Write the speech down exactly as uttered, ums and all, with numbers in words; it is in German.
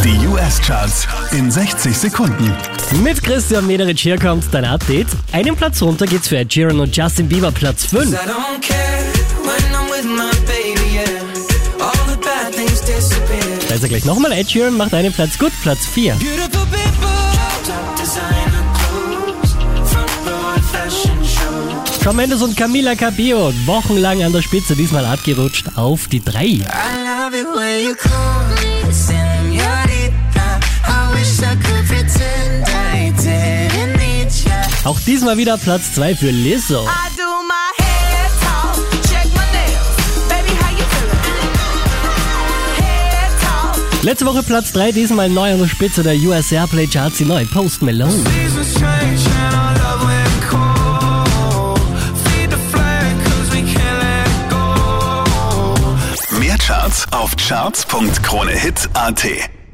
Die U S-Charts in sechzig Sekunden. Mit Christian Mederich hier kommt dein Update. Einen Platz runter geht's für Ed Sheeran und Justin Bieber, Platz fünf. Da ist er gleich nochmal. Ed Sheeran macht einen Platz gut, Platz vier. Shawn Mendes und Camila Cabello wochenlang an der Spitze, diesmal abgerutscht auf die drei. Auch diesmal wieder Platz zwei für Lizzo. Letzte Woche Platz drei, diesmal neu an der Spitze der U S Airplay Charts, die neue Post Malone. Mehr Charts auf charts punkt kronehit punkt at.